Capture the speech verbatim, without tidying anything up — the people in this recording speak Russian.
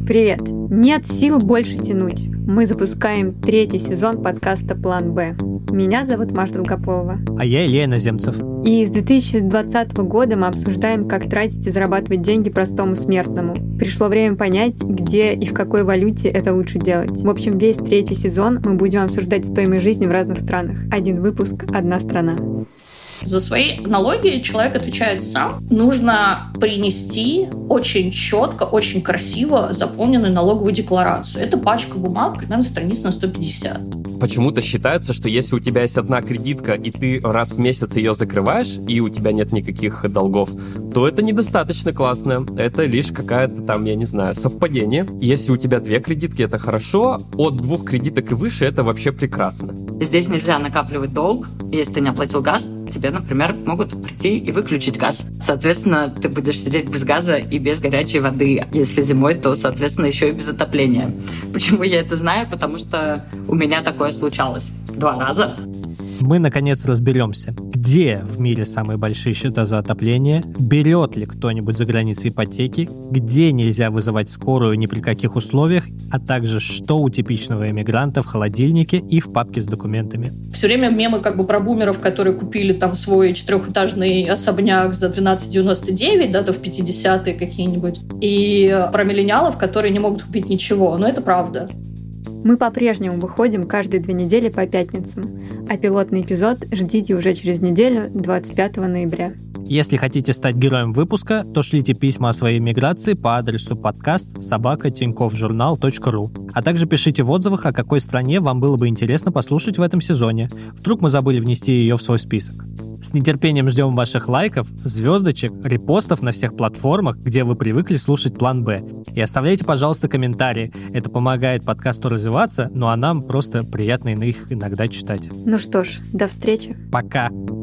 Привет! Нет сил больше тянуть. Мы запускаем третий сезон подкаста «План Б». Меня зовут Маша Долгополова. А я Илья Иноземцев. И с две тысячи двадцатого года мы обсуждаем, как тратить и зарабатывать деньги простому смертному. Пришло время понять, где и в какой валюте это лучше делать. В общем, весь третий сезон мы будем обсуждать стоимость жизни в разных странах. Один выпуск, одна страна. За свои налоги человек отвечает сам. Нужно принести очень четко, очень красиво заполненную налоговую декларацию. Это пачка бумаг, примерно страниц на сто пятьдесят. Почему-то считается, что если у тебя есть одна кредитка, и ты раз в месяц ее закрываешь, и у тебя нет никаких долгов, то это недостаточно классно. Это лишь какая-то там, я не знаю, совпадение. Если у тебя две кредитки, это хорошо. От двух кредиток и выше это вообще прекрасно. Здесь нельзя накапливать долг. Если ты не оплатил газ, тебе, например, могут прийти и выключить газ. Соответственно, ты будешь сидеть без газа и без горячей воды. Если зимой, то, соответственно, еще и без отопления. Почему я это знаю? Потому что у меня такое случалось два раза. Мы, наконец, разберемся, где в мире самые большие счета за отопление, берет ли кто-нибудь за границей ипотеки, где нельзя вызывать скорую ни при каких условиях, а также что у типичного эмигранта в холодильнике и в папке с документами. Все время мемы как бы про бумеров, которые купили там свой четырехэтажный особняк за двенадцать девяносто девять, да, то в пятидесятые какие-нибудь, и про миллениалов, которые не могут купить ничего, но это правда. Мы по-прежнему выходим каждые две недели по пятницам, а пилотный эпизод ждите уже через неделю, двадцать пятого ноября. Если хотите стать героем выпуска, то шлите письма о своей миграции по адресу подкаст собака тинькофф журнал точка ру, а также пишите в отзывах, о какой стране вам было бы интересно послушать в этом сезоне. Вдруг мы забыли внести ее в свой список. С нетерпением ждем ваших лайков, звездочек, репостов на всех платформах, где вы привыкли слушать «План Б». И оставляйте, пожалуйста, комментарии. Это помогает подкасту развиваться, ну а нам просто приятно их иногда читать. Ну что ж, до встречи. Пока.